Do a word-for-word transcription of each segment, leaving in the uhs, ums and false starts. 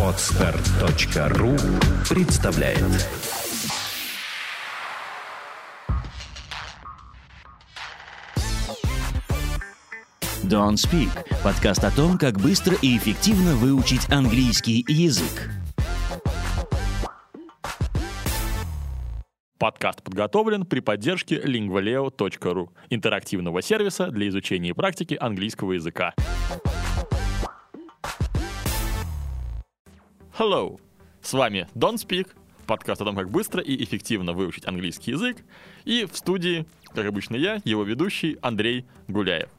Подстер точка ру представляет. Don't Speak – подкаст о том, как быстро и эффективно выучить английский язык. Подкаст подготовлен при поддержке лингвалео точка ру, интерактивного сервиса для изучения и практики английского языка. Hello! С вами Don't Speak, подкаст о том, как быстро и эффективно выучить английский язык. И в студии, как обычно, я, его ведущий Андрей Гуляев.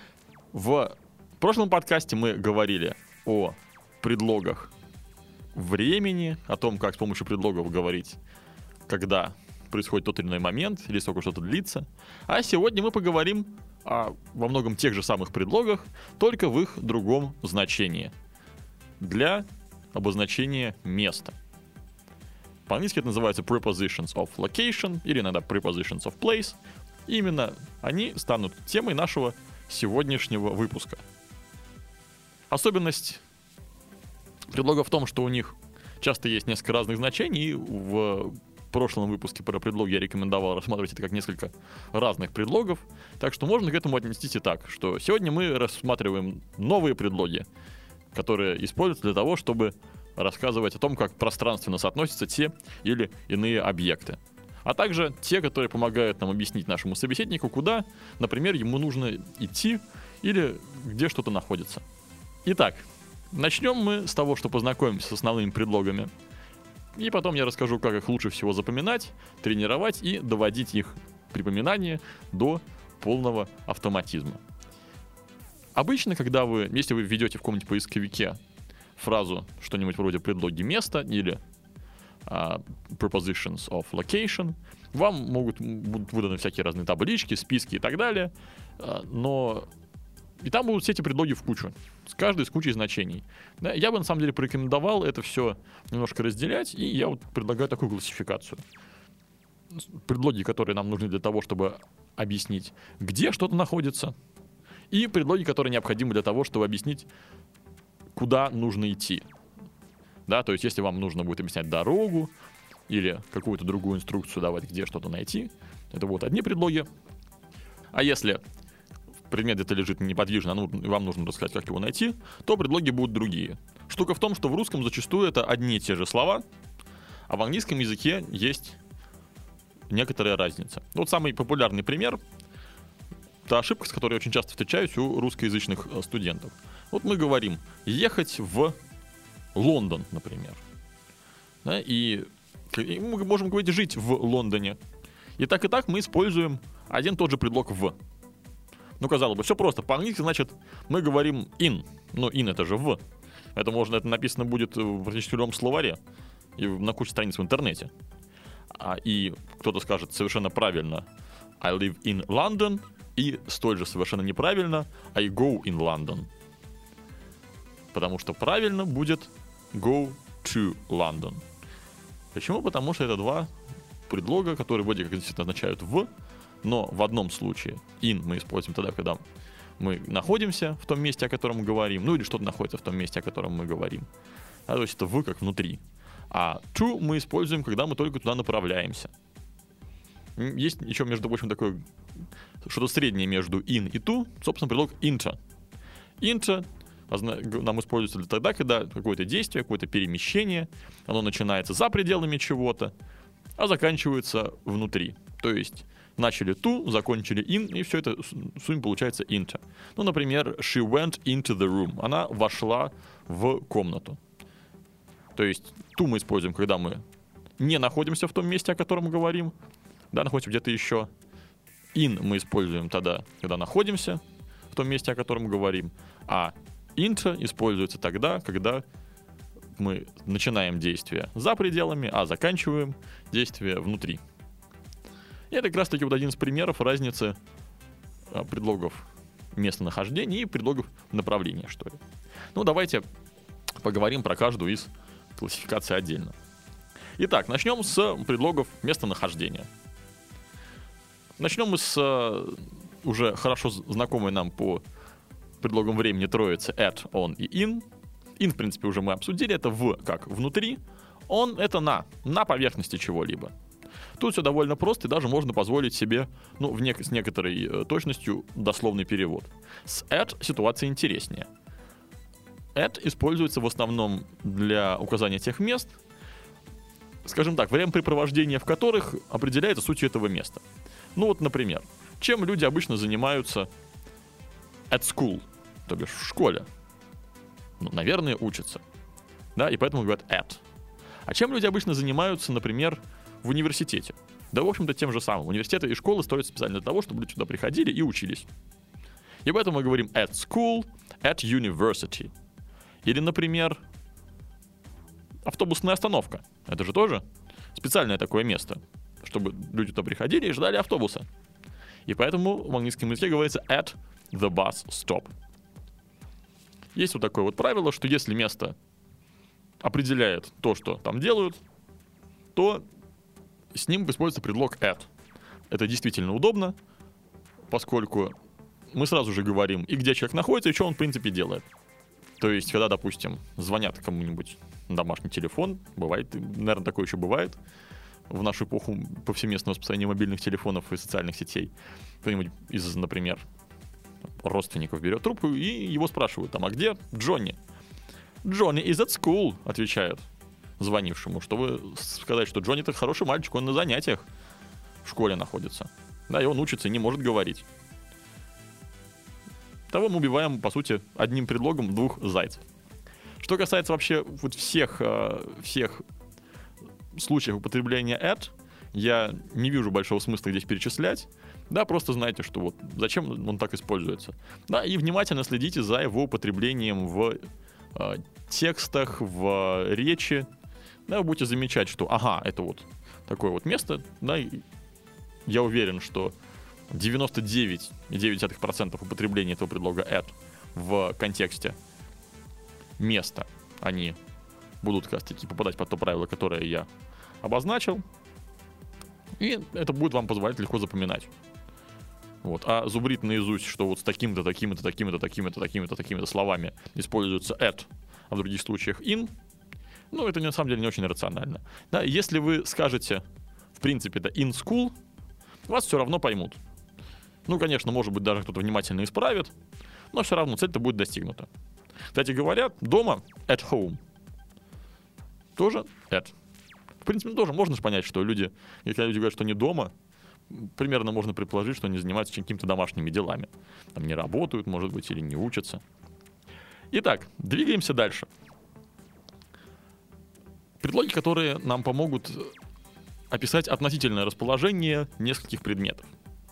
В прошлом подкасте мы говорили о предлогах времени, о том, как с помощью предлогов говорить, когда происходит тот или иной момент, или сколько что-то длится. А сегодня мы поговорим о, во многом тех же самых предлогах, только в их другом значении. Для обозначения места. По-английски это называется prepositions of location, или иногда prepositions of place. И именно они станут темой нашего сегодняшнего выпуска. Особенность предлогов в том, что у них часто есть несколько разных значений, и в прошлом выпуске про предлоги я рекомендовал рассматривать это как несколько разных предлогов, так что можно к этому отнестись и так, что сегодня мы рассматриваем новые предлоги, которые используются для того, чтобы рассказывать о том, как пространственно соотносятся те или иные объекты. А также те, которые помогают нам объяснить нашему собеседнику, куда, например, ему нужно идти или где что-то находится. Итак, начнем мы с того, что познакомимся с основными предлогами. И потом я расскажу, как их лучше всего запоминать, тренировать и доводить их припоминание до полного автоматизма. Обычно, когда вы, если вы введете в каком-нибудь поисковике фразу что-нибудь вроде предлоги места или uh, prepositions of location, вам могут будут выданы всякие разные таблички, списки и так далее, uh, но и там будут все эти предлоги в кучу, с каждой с кучей значений. Да, я бы на самом деле порекомендовал это все немножко разделять, и я вот предлагаю такую классификацию. Предлоги, которые нам нужны для того, чтобы объяснить, где что-то находится, и предлоги, которые необходимы для того, чтобы объяснить, куда нужно идти. Да, то есть, если вам нужно будет объяснять дорогу или какую-то другую инструкцию давать, где что-то найти, это вот одни предлоги. А если предмет где-то лежит неподвижно, а ну, вам нужно рассказать, как его найти, то предлоги будут другие. Штука в том, что в русском зачастую это одни и те же слова, а в английском языке есть некоторая разница. Вот самый популярный пример — это ошибка, с которой я очень часто встречаюсь у русскоязычных студентов. Вот мы говорим «ехать в Лондон», например. Да, и, и мы можем говорить «жить в Лондоне». И так и так мы используем один и тот же предлог «в». Ну, казалось бы, все просто. По-английски, значит, мы говорим «in». Ну, «in» — это же «в». Это можно, это написано будет в практически любом словаре и на куче страниц в интернете. А, и кто-то скажет совершенно правильно «I live in London», и столь же совершенно неправильно «I go in London». Потому что правильно будет «go to London». Почему? Потому что это два предлога, которые вроде как действительно означают «в», но в одном случае «in» мы используем тогда, когда мы находимся в том месте, о котором мы говорим, ну или что-то находится в том месте, о котором мы говорим. А, то есть это «в» как внутри. А «to» мы используем, когда мы только туда направляемся. Есть еще, между прочим, такое что-то среднее между «in» и «to», собственно, предлог «into». «Into» нам используется для тогда, когда какое-то действие, какое-то перемещение, оно начинается за пределами чего-то, а заканчивается внутри. То есть начали to, закончили in, и все это в сумме получается into. Ну, например, she went into the room. Она вошла в комнату. То есть to мы используем, когда мы не находимся в том месте, о котором мы говорим, да, находимся где-то еще. In мы используем тогда, когда находимся в том месте, о котором мы говорим. А into используется тогда, когда мы начинаем действие за пределами, а заканчиваем действие внутри. И это как раз таки вот один из примеров разницы предлогов местонахождения и предлогов направления, что ли. Ну, давайте поговорим про каждую из классификаций отдельно. Итак, начнем с предлогов местонахождения. Начнем мы с уже хорошо знакомой нам по предлогам времени троицы at, on и in. In, в принципе, уже мы обсудили. Это в, как внутри. On — это на, на поверхности чего-либо. Тут все довольно просто, и даже можно позволить себе, ну, в нек- с некоторой э, точностью дословный перевод. С at ситуация интереснее. At используется в основном для указания тех мест, скажем так, времяпрепровождение в которых определяется сутью этого места. Ну вот, например, чем люди обычно занимаются at school, то бишь в школе? Ну, наверное, учатся. Да, и поэтому говорят at. А чем люди обычно занимаются, например, в университете? Да, в общем-то, тем же самым. Университеты и школы строятся специально для того, чтобы люди туда приходили и учились. И поэтому мы говорим at school, at university. Или, например, автобусная остановка. Это же тоже специальное такое место, чтобы люди туда приходили и ждали автобуса. И поэтому в английском языке говорится at the bus stop. Есть вот такое вот правило, что если место определяет то, что там делают, то с ним используется предлог at. Это действительно удобно, поскольку мы сразу же говорим, и где человек находится, и что он, в принципе, делает. То есть, когда, допустим, звонят кому-нибудь на домашний телефон, бывает, наверное, такое еще бывает, в нашу эпоху повсеместного распространения мобильных телефонов и социальных сетей, кто-нибудь из, например, родственников берет трубку и его спрашивают, там, а где Джонни? Джонни is at school, отвечает звонившему, чтобы сказать, что Джонни-то хороший мальчик, он на занятиях в школе находится. Да, и он учится и не может говорить. Того мы убиваем, по сути, одним предлогом двух зайцев. Что касается вообще вот всех, всех случаев употребления at, я не вижу большого смысла здесь перечислять. Да, просто знайте, что вот зачем он так используется. Да, и внимательно следите за его употреблением в э, текстах, в речи. Да, вы будете замечать, что ага, это вот такое вот место. Да, и я уверен, что девяносто девять целых девять десятых процента употребления этого предлога at в контексте места они будут как раз таки попадать под то правило, которое я обозначил. И это будет вам позволять легко запоминать. Вот. А зубрить наизусть, что вот с такими-то, такими-то, такими-то, такими-то, такими-то, такими-то словами используется at, а в других случаях in, ну, это на самом деле не очень рационально. Да, если вы скажете, в принципе, это in school, вас все равно поймут. Ну, конечно, может быть, даже кто-то внимательно исправит, но все равно цель-то будет достигнута. Кстати говоря, дома at home тоже at. В принципе, тоже можно же понять, что люди, когда люди говорят, что не дома, примерно можно предположить, что они занимаются какими-то домашними делами. Там не работают, может быть, или не учатся. Итак, двигаемся дальше. Предлоги, которые нам помогут описать относительное расположение нескольких предметов.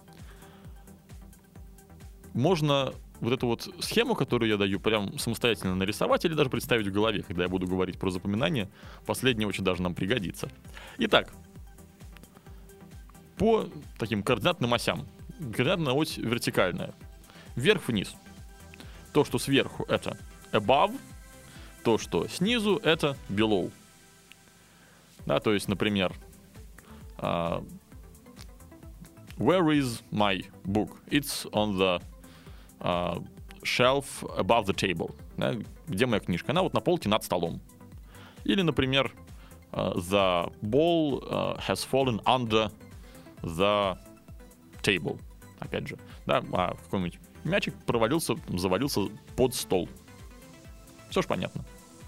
Можно вот эту вот схему, которую я даю, прям самостоятельно нарисовать или даже представить в голове, когда я буду говорить про запоминание. Последнее очень даже нам пригодится. Итак, по таким координатным осям. Координатная ось вертикальная. Вверх-вниз. То, что сверху, это above. То, что снизу, это below. Да, то есть, например, uh, where is my book? It's on the uh, shelf above the table. Да, где моя книжка? Она вот на полке над столом. Или, например, uh, the ball uh, has fallen under the table. Опять же, да, а какой-нибудь мячик провалился, завалился под стол. Все ж понятно.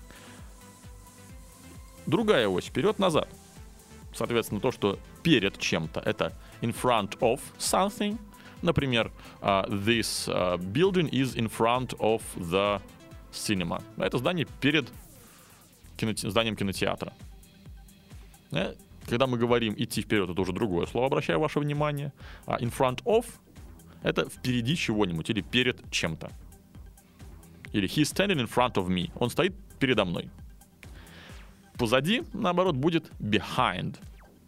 Другая ось, вперед-назад. Соответственно, то, что перед чем-то, это in front of something. Например, uh, this uh, building is in front of the cinema. Это здание перед киноте- зданием кинотеатра. Когда мы говорим идти вперед, это уже другое слово, обращаю ваше внимание. А in front of — это впереди чего-нибудь или перед чем-то. Или he's standing in front of me. Он стоит передо мной. Позади, наоборот, будет behind.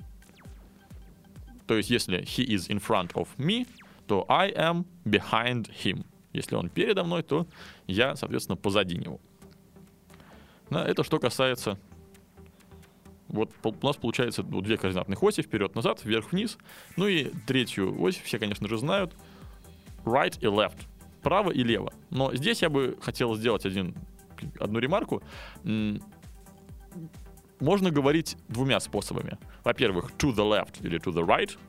То есть, если he is in front of me, то I am behind him. Если он передо мной, то я, соответственно, позади него. Это что касается... Вот у нас получается две координатных оси, вперед-назад, вверх-вниз. Ну и третью ось все, конечно же, знают. Right и left. Право и лево. Но здесь я бы хотел сделать один одну ремарку. Можно говорить двумя способами. Во-первых, to the left или to the right,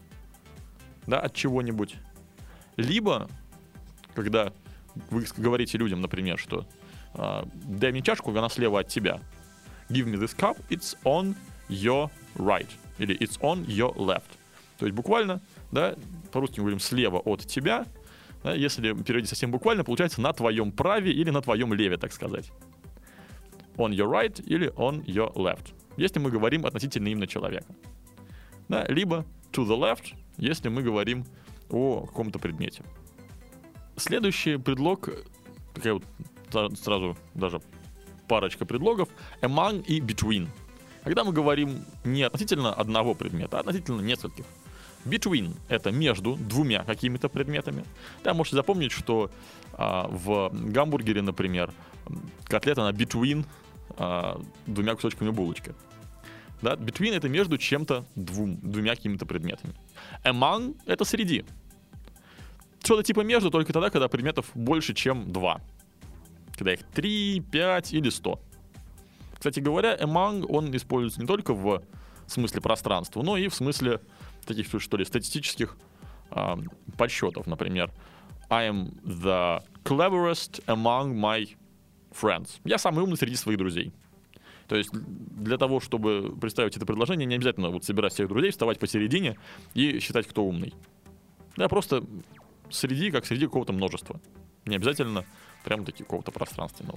да, от чего-нибудь. Либо, когда вы говорите людям, например, что дай мне чашку, она слева от тебя. Give me this cup, it's on your right. Или it's on your left. То есть буквально, да, по-русски мы говорим слева от тебя. Да, если переводить совсем буквально, получается на твоем праве или на твоем леве, так сказать. On your right или on your left. Если мы говорим относительно именно человека. Да, либо to the left, если мы говорим о каком-то предмете. Следующий предлог, такая вот сразу даже парочка предлогов, among и between. Когда мы говорим не относительно одного предмета, а относительно нескольких. Between — это между двумя какими-то предметами. Да, можете запомнить, что а, в гамбургере, например, котлета на between а, двумя кусочками булочки. Да, between — это между чем-то двум, двумя какими-то предметами. Among — это среди. Что-то типа между только тогда, когда предметов больше, чем два. Когда их три, пять или сто. Кстати говоря, among, он используется не только в смысле пространства, но и в смысле таких, что ли, статистических э, подсчетов. Например, I am the cleverest among my friends. Я самый умный среди своих друзей. То есть для того, чтобы представить это предложение, не обязательно вот собирать всех друзей, вставать посередине и считать, кто умный. Да, просто среди, как среди какого-то множества. Не обязательно прямо таки какого-то пространственного.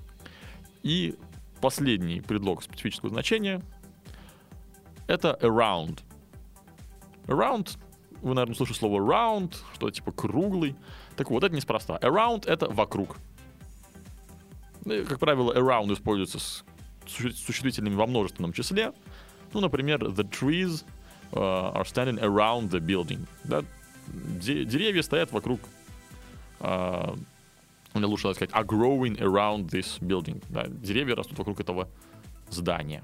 И последний предлог специфического значения — это around. Around, вы, наверное, слышали слово round, что-то типа круглый. Так вот, это неспроста. Around — это вокруг. И, как правило, around используется с существительными во множественном числе. Ну, например, the trees uh, are standing around the building. Да? Деревья стоят вокруг, uh, или лучше сказать, are growing around this building. Да? Деревья растут вокруг этого здания.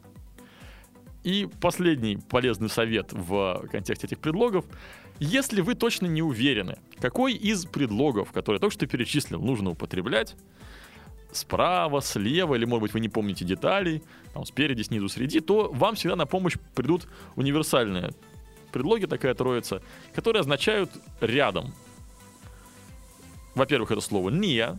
И последний полезный совет в контексте этих предлогов. Если вы точно не уверены, какой из предлогов, которые я только что перечислил, нужно употреблять, справа, слева, или, может быть, вы не помните деталей, там, спереди, снизу, среди, то вам всегда на помощь придут универсальные предлоги, такая троица, которые означают рядом. Во-первых, это слово near.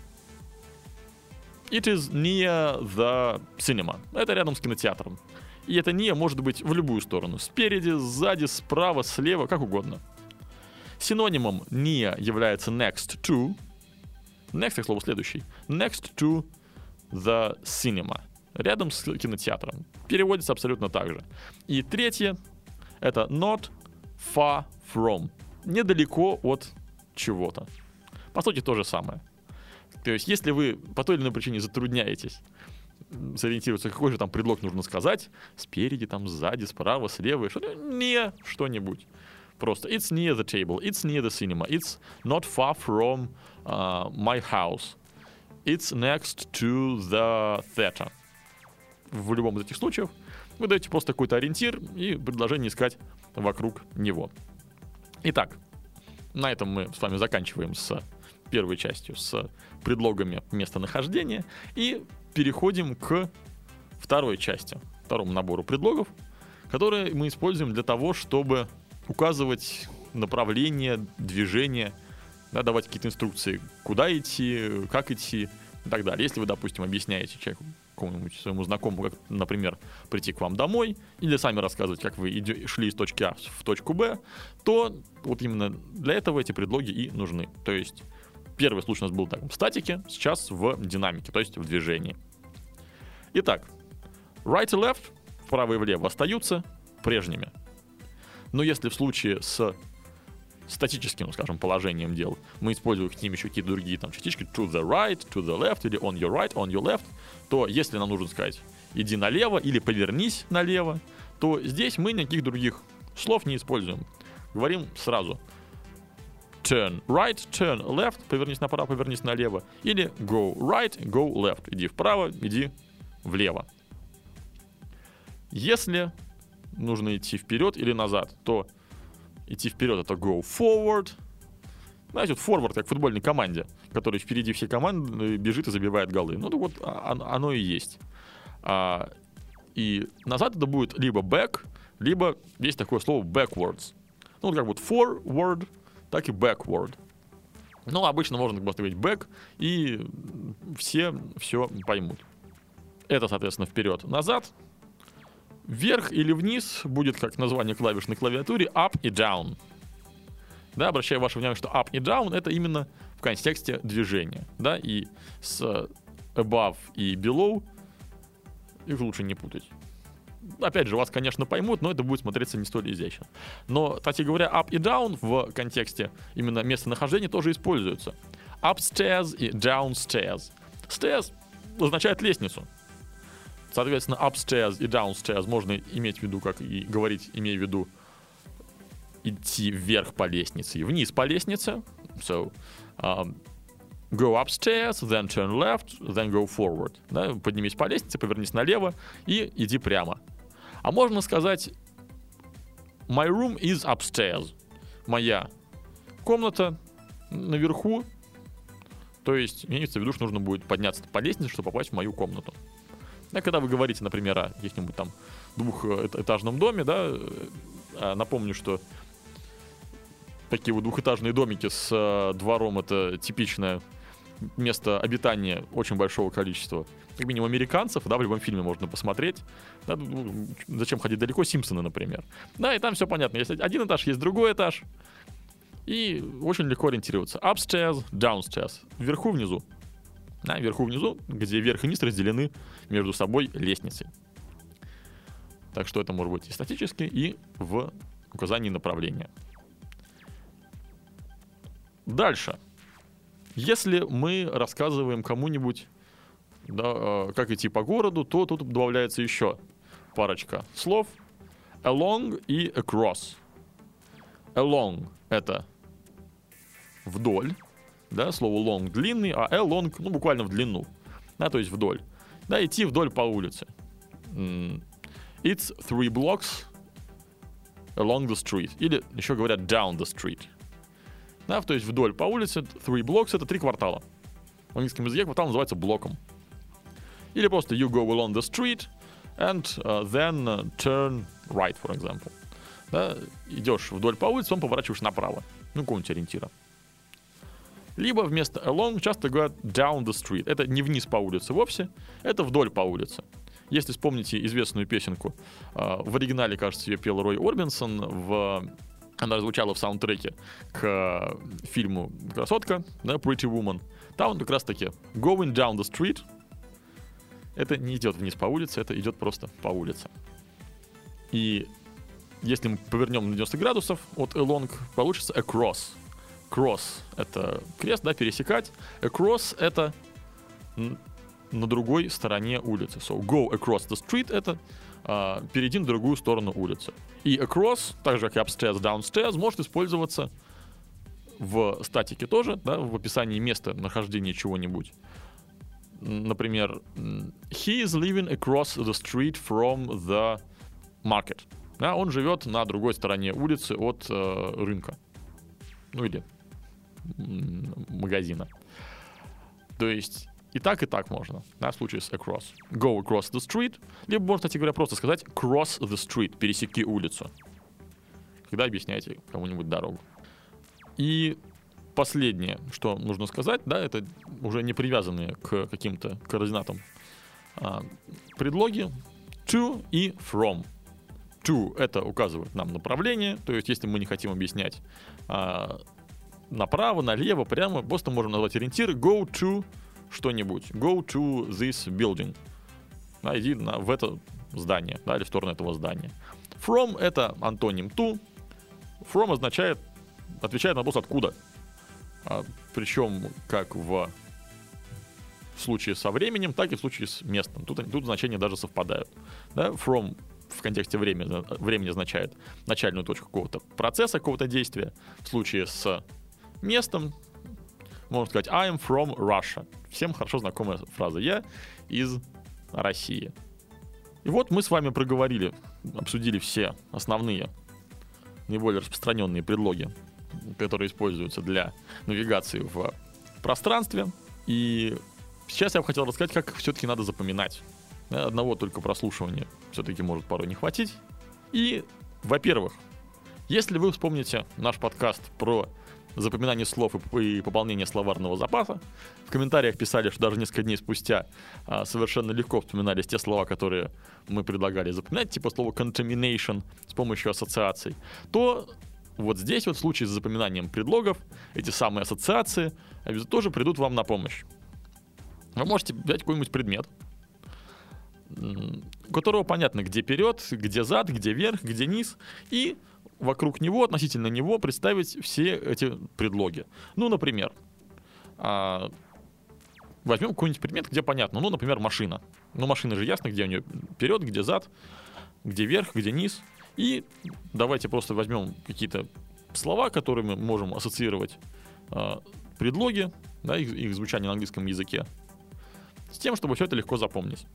It is near the cinema. Это рядом с кинотеатром. И это near может быть в любую сторону. Спереди, сзади, справа, слева, как угодно. Синонимом near является next to. Next, как слово следующий. Next to the cinema. Рядом с кинотеатром. Переводится абсолютно так же. И третье — это not far from. Недалеко от чего-то. По сути, то же самое. То есть, если вы по той или иной причине затрудняетесь сориентироваться, какой же там предлог нужно сказать, спереди, там, сзади, справа, слева, что-то, не что-нибудь. Просто it's near the table, it's near the cinema, it's not far from uh, my house, it's next to the theater. В любом из этих случаев вы даете просто какой-то ориентир и предложение искать вокруг него. Итак, на этом мы с вами заканчиваем с первой частью, с предлогами местонахождения, и переходим к второй части, второму набору предлогов, которые мы используем для того, чтобы указывать направление, движение, да, давать какие-то инструкции, куда идти, как идти и так далее. Если вы, допустим, объясняете человеку, какому-нибудь своему знакомому, как, например, прийти к вам домой, или сами рассказывать, как вы иди, шли из точки А в точку Б, то вот именно для этого эти предлоги и нужны. То есть первый случай у нас был так, в статике, сейчас в динамике, то есть в движении. Итак, right и left, вправо и влево, остаются прежними. Но если в случае с статическим, ну, скажем, положением дел мы используем к ним еще какие-то другие там частички, to the right, to the left, или on your right, on your left, то если нам нужно сказать иди налево или повернись налево, то здесь мы никаких других слов не используем. Говорим сразу turn right, turn left, повернись направо, повернись налево, или go right, go left, иди вправо, иди влево. Если нужно идти вперед или назад, то идти вперед — это go forward, Знаете, вот форвард, как в футбольной команде, который впереди всей команды бежит и забивает голы. Ну, вот оно и есть. А, и назад это будет либо back, либо есть такое слово backwards. Ну, вот как вот forward, так и backward. Ну, обычно можно просто говорить back, и все все поймут. Это, соответственно, вперед, назад. Вверх или вниз будет, как название клавиш на клавиатуре, up и down. Да, обращаю ваше внимание, что up и down — это именно в контексте движения. Да, и с above и below их лучше не путать. Опять же, вас, конечно, поймут, но это будет смотреться не столь изящно. Но, кстати говоря, up и down в контексте именно местонахождения тоже используются. Upstairs и downstairs. Stairs означает лестницу. Соответственно, upstairs и downstairs можно иметь в виду, как и говорить, имея в виду идти вверх по лестнице и вниз по лестнице. So, um, go upstairs, then turn left, then go forward. Да, поднимись по лестнице, повернись налево и иди прямо. А можно сказать my room is upstairs. Моя комната наверху. То есть имеется в виду, что нужно будет подняться по лестнице, чтобы попасть в мою комнату. А когда вы говорите, например, о каких-нибудь там двухэтажном доме, да, напомню, что такие вот двухэтажные домики с двором — это типичное место обитания очень большого количества, как минимум, американцев, да, в любом фильме можно посмотреть. Да, ну, зачем ходить далеко? Симпсоны, например. Да, и там все понятно. Есть один этаж, есть другой этаж. И очень легко ориентироваться. Upstairs, downstairs. Вверху, внизу. Да, вверху, внизу, где верх и низ разделены между собой лестницей. Так что это может быть и статически, и в указании направления. Дальше. Если мы рассказываем кому-нибудь, да, как идти по городу, то тут добавляется еще парочка слов. Along и across. Along — это вдоль. Да, слово long — длинный, а along — ну, буквально в длину. Да, то есть вдоль. Да, идти вдоль по улице. It's three blocks along the street. Или еще говорят down the street. Да, то есть вдоль по улице. Three blocks — это три квартала. В английском языке квартал называется блоком. Или просто you go along the street and uh, then uh, turn right, for example. Да, идешь вдоль по улице, потом поворачиваешь направо. Ну, какого-нибудь ориентира. Либо вместо along часто говорят down the street. Это не вниз по улице вовсе, это вдоль по улице. Если вспомните известную песенку, uh, в оригинале, кажется, ее пел Рой Орбинсон, в... она звучала в саундтреке к фильму «Красотка», да, Pretty Woman. Там он как раз-таки going down the street. Это не идет вниз по улице, это идет просто по улице. И если мы повернем на девяносто градусов от along, получится across. Cross — это крест, да, пересекать. Across — это на другой стороне улицы. So go across the street — это uh, перейди на другую сторону улицы. И across, так же как и upstairs, downstairs, может использоваться в статике тоже, да, в описании места нахождения чего-нибудь. Например, he is living across the street from the market. Да, он живет на другой стороне улицы от э, рынка. Ну или магазина. То есть и так, и так можно, да, в случае с across. Go across the street. Либо можно, кстати говоря, просто сказать cross the street, пересеки улицу, когда объясняете кому-нибудь дорогу. И последнее, что нужно сказать, да, это уже не привязанные к каким-то координатам а, предлоги to и from. To — это указывает нам направление, то есть если мы не хотим объяснять а, направо, налево, прямо, просто можем назвать ориентир go to что-нибудь. Go to this building. Да, иди на, в это здание, да, или в сторону этого здания. From — это антоним to. From означает, отвечает на вопрос откуда. А, причем как в, в случае со временем, так и в случае с местом. Тут, тут значения даже совпадают. Да? From в контексте времени, времени означает начальную точку какого-то процесса, какого-то действия. В случае с местом можно сказать I am from Russia. Всем хорошо знакомая фраза. Я из России. И вот мы с вами проговорили, обсудили все основные, наиболее распространенные предлоги которые используются для навигации в пространстве. И сейчас я бы хотел рассказать, как все-таки надо запоминать. Одного только прослушивания все-таки может порой не хватить. И, во-первых, если вы вспомните наш подкаст про запоминание слов и пополнение словарного запаса, в комментариях писали, что даже несколько дней спустя а, совершенно легко вспоминались те слова, которые мы предлагали запоминать, типа слова contamination с помощью ассоциаций, то вот здесь вот в случае с запоминанием предлогов эти самые ассоциации тоже придут вам на помощь. Вы можете взять какой-нибудь предмет, у которого понятно, где вперед, где зад, где верх, где низ, и вокруг него, относительно него представить все эти предлоги. Ну, например, возьмем какой-нибудь предмет, где понятно, ну, например, машина. Ну, машина же ясно, где у нее вперед, где зад, где верх, где низ. И давайте просто возьмем какие-то слова, которые мы можем ассоциировать предлоги, да, их, их звучание на английском языке, с тем, чтобы все это легко запомнить.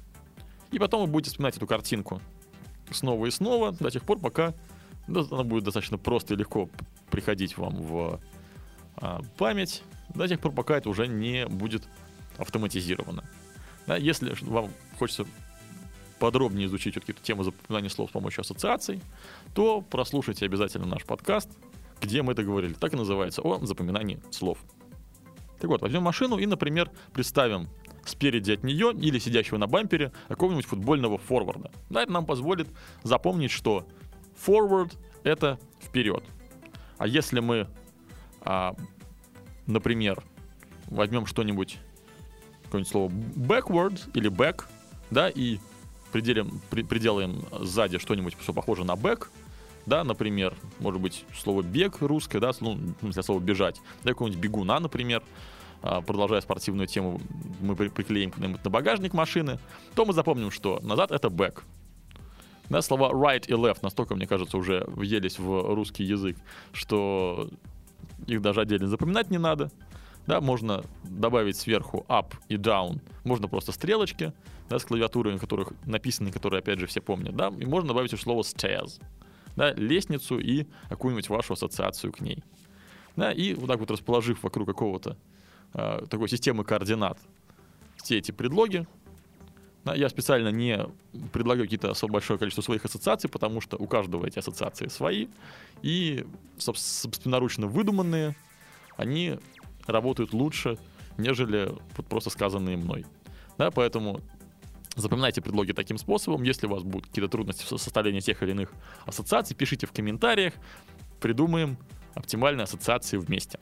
И потом вы будете вспоминать эту картинку снова и снова, до тех пор, пока она будет достаточно просто и легко приходить вам в а, память, до тех пор, пока это уже не будет автоматизировано. Да, если вам хочется подробнее изучить вот эту тему запоминания слов с помощью ассоциаций, то прослушайте обязательно наш подкаст, где мы это говорили. Так и называется, о запоминании слов. Так вот, возьмем машину и, например, представим спереди от нее или сидящего на бампере какого-нибудь футбольного форварда. Да, это нам позволит запомнить, что forward — это вперед. А если мы, а, например, возьмем что-нибудь, какое-нибудь слово backward или back, да, и приделим, при, приделаем сзади что-нибудь, что похоже на back, да, например, может быть, слово бег русское, да, ну, в смысле, слово бежать, да, какого-нибудь бегуна, например, продолжая спортивную тему, мы приклеим куда-нибудь на багажник машины, то мы запомним, что назад — это back. Да, слова right и left настолько, мне кажется, уже въелись в русский язык, что их даже отдельно запоминать не надо. Да, можно добавить сверху up и down, можно просто стрелочки, да, с клавиатурой, на которых написаны, которые, опять же, все помнят, да, и можно добавить еще слово stairs, да, лестницу и какую-нибудь вашу ассоциацию к ней. Да, и вот так вот расположив вокруг какого-то э, такой системы координат все эти предлоги, да, я специально не предлагаю какие-то особо большое количество своих ассоциаций, потому что у каждого эти ассоциации свои, и собственноручно выдуманные, они работают лучше, нежели вот просто сказанные мной. Да, поэтому запоминайте предлоги таким способом. Если у вас будут какие-то трудности в составлении тех или иных ассоциаций, пишите в комментариях, придумаем оптимальные ассоциации вместе.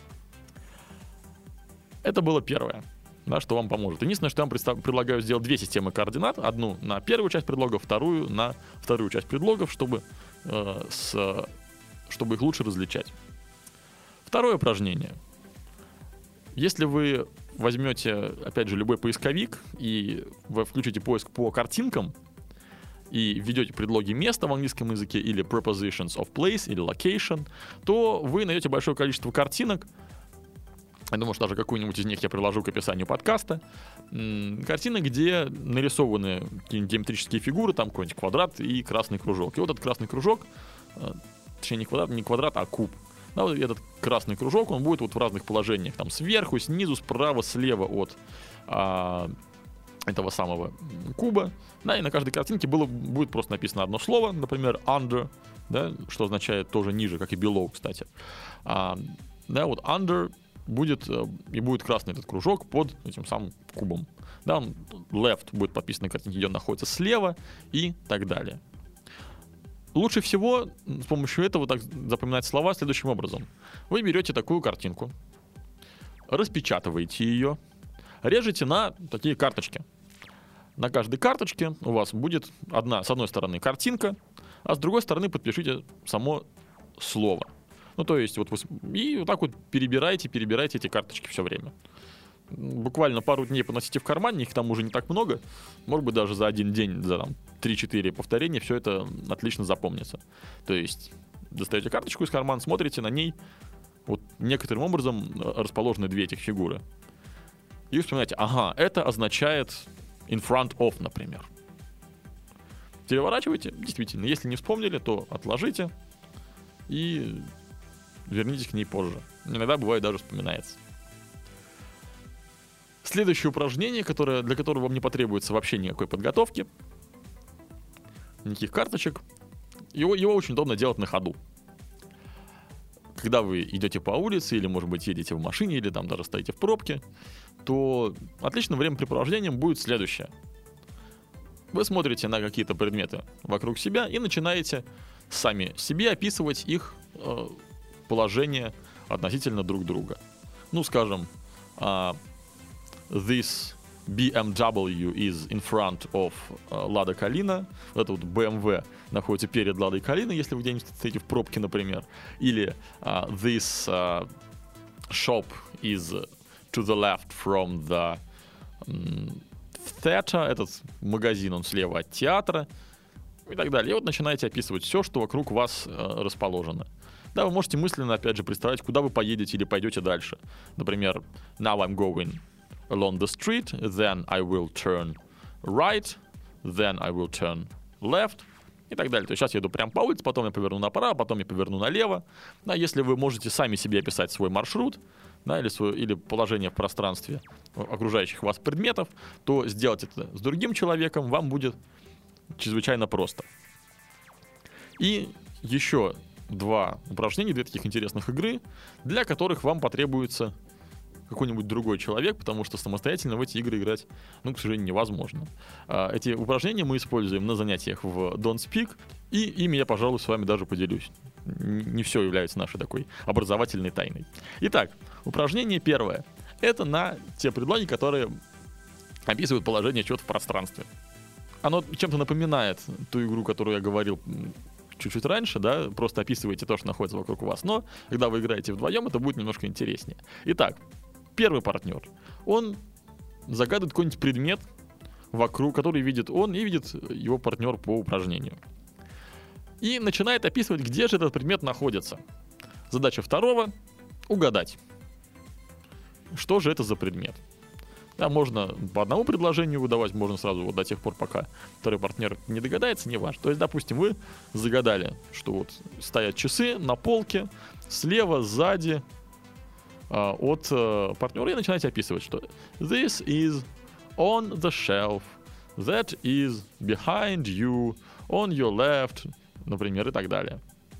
Это было первое, да, что вам поможет. Единственное, что я вам представ- предлагаю сделать две системы координат. Одну на первую часть предлогов, вторую на вторую часть предлогов, чтобы, э, с, чтобы их лучше различать. Второе упражнение. Если вы возьмете, опять же, любой поисковик, и вы включите поиск по картинкам, и введете предлоги места в английском языке, или prepositions of place, или location, то вы найдете большое количество картинок. Я думаю, что даже какую-нибудь из них я приложу к описанию подкаста. Картины, где нарисованы какие-нибудь геометрические фигуры, там какой-нибудь квадрат и красный кружок. И вот этот красный кружок, точнее не квадрат, не квадрат, а куб. Да, вот этот красный кружок, он будет вот в разных положениях. Там сверху, снизу, справа, слева от а, этого самого куба. Да, и на каждой картинке было, будет просто написано одно слово, например, under, да, что означает тоже ниже, как и below, кстати. А, да, вот under будет, и будет красный этот кружок под этим самым кубом. Да, он, left будет подписано на картинке, где он находится слева и так далее. Лучше всего с помощью этого так запоминать слова следующим образом. Вы берете такую картинку, распечатываете ее, режете на такие карточки. На каждой карточке у вас будет одна, с одной стороны картинка, а с другой стороны подпишите само слово. Ну, то есть, вот вы и вот так вот перебираете, перебираете эти карточки все время. Буквально пару дней поносите в кармане, их там уже не так много. Может быть, даже за один день, за там, три-четыре повторения все это отлично запомнится. То есть, достаете карточку из кармана, смотрите на ней, вот некоторым образом расположены две этих фигуры. И вы вспоминаете, ага, это означает in front of, например. Переворачивайте, действительно, если не вспомнили, то отложите и вернитесь к ней позже. Иногда бывает даже вспоминается. Следующее упражнение, которое, для которого вам не потребуется вообще никакой подготовки, никаких карточек, его, его очень удобно делать на ходу. Когда вы идете по улице, или, может быть, едете в машине, или там даже стоите в пробке, то отличным времяпрепровождением будет следующее. Вы смотрите на какие-то предметы вокруг себя и начинаете сами себе описывать их э, положение относительно друг друга. Ну, скажем, э, this би эм дабл ю is in front of uh, Lada Kalina. Это вот бэ эм вэ находится перед Ладой Калиной, если вы где-нибудь стоите в пробке, например. Или uh, this uh, shop is to the left from the um, theater. Этот магазин, он слева от театра. И так далее. И вот начинаете описывать все, что вокруг вас uh, расположено. Да, вы можете мысленно, опять же, представлять, куда вы поедете или пойдете дальше. Например, now I'm going along the street, then I will turn right, then I will turn left, и так далее. То есть сейчас я иду прямо по улице, потом я поверну направо, потом я поверну налево. Да, если вы можете сами себе описать свой маршрут, да, или, свое, или положение в пространстве окружающих вас предметов, то сделать это с другим человеком вам будет чрезвычайно просто. И еще два упражнения, две таких интересных игры, для которых вам потребуется какой-нибудь другой человек, потому что самостоятельно в эти игры играть, ну, к сожалению, невозможно. Эти упражнения мы используем на занятиях в Don't Speak, и ими я, пожалуй, с вами даже поделюсь. Не все является нашей такой образовательной тайной. Итак, упражнение первое. Это на те предлоги, которые описывают положение чего-то в пространстве. Оно чем-то напоминает ту игру, которую я говорил чуть-чуть раньше, да, просто описываете то, что находится вокруг вас, но когда вы играете вдвоем, это будет немножко интереснее. Итак, первый партнер, он загадывает какой-нибудь предмет вокруг, который видит он и видит его партнер по упражнению. И начинает описывать, где же этот предмет находится. Задача второго — угадать, что же это за предмет. Да, можно по одному предложению выдавать, можно сразу вот до тех пор, пока второй партнер не догадается, не важно. То есть, допустим, вы загадали, что вот стоят часы на полке слева, сзади э, от э, партнера, и начинаете описывать, что this is on the shelf, that is behind you, on your left, например, и так далее.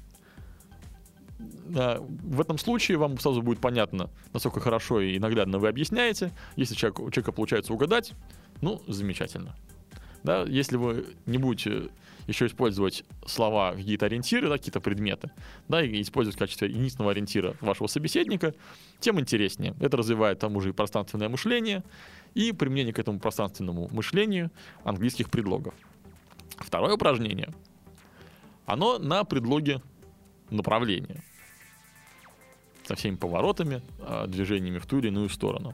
В этом случае вам сразу будет понятно, насколько хорошо и наглядно вы объясняете. Если человек, у человека получается угадать, ну, замечательно. Да, если вы не будете еще использовать слова, какие-то ориентиры, да, какие-то предметы, да, и использовать в качестве единственного ориентира вашего собеседника, тем интереснее. Это развивает, к тому же, и пространственное мышление, и применение к этому пространственному мышлению английских предлогов. Второе упражнение, оно на предлоге направления, со всеми поворотами, движениями в ту или иную сторону.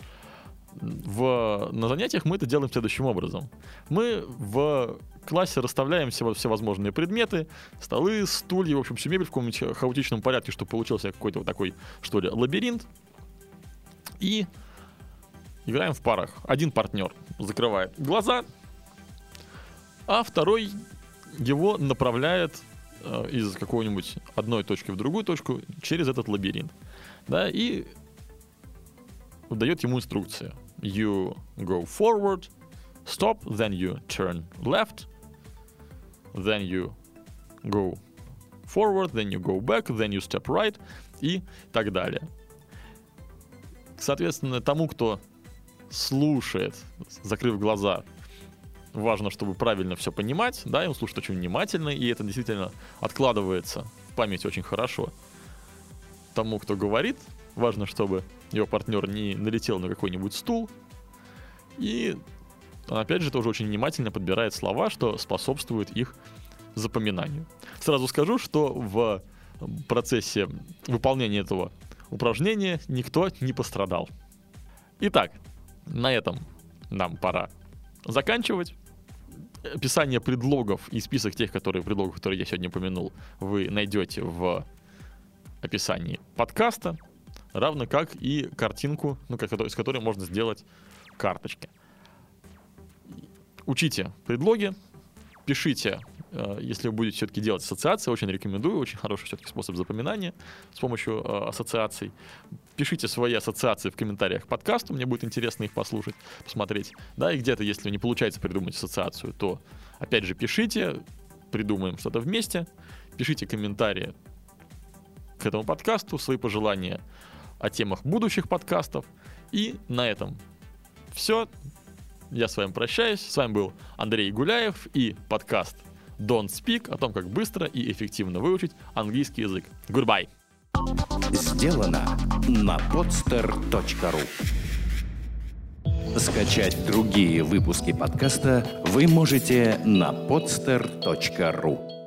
В, на занятиях мы это делаем следующим образом. Мы в классе расставляем все, всевозможные предметы, столы, стулья, в общем, всю мебель в каком-нибудь хаотичном порядке, чтобы получился какой-то вот такой, что ли, лабиринт. И играем в парах. Один партнер закрывает глаза, а второй его направляет из какой-нибудь одной точки в другую точку через этот лабиринт. Да, и дает ему инструкции. You go forward, stop, then you turn left, then you go forward, then you go back, then you step right и так далее. Соответственно, тому, кто слушает, закрыв глаза, важно, чтобы правильно все понимать, да, и он слушает очень внимательно, и это действительно откладывается в памяти очень хорошо. Тому, кто говорит, важно, чтобы его партнер не налетел на какой-нибудь стул, и он, опять же, тоже очень внимательно подбирает слова, что способствует их запоминанию. Сразу скажу, что в процессе выполнения этого упражнения никто не пострадал. Итак, на этом нам пора заканчивать. Описание предлогов и список тех, которые, предлогов, которые я сегодня упомянул, вы найдете в описании подкаста, равно как и картинку, ну, с которой можно сделать карточки. Учите предлоги, пишите если вы будете все-таки делать ассоциации, очень рекомендую, очень хороший все-таки способ запоминания с помощью э, ассоциаций. Пишите свои ассоциации в комментариях к подкасту, мне будет интересно их послушать, посмотреть. Да, и где-то, если не получается придумать ассоциацию, то, опять же, пишите, придумаем что-то вместе, пишите комментарии к этому подкасту, свои пожелания о темах будущих подкастов. И на этом все. Я с вами прощаюсь. С вами был Андрей Гуляев и подкаст Don't Speak о том, как быстро и эффективно выучить английский язык. Goodbye. Сделано на podster точка ру. Скачать другие выпуски подкаста вы можете на podster точка ру.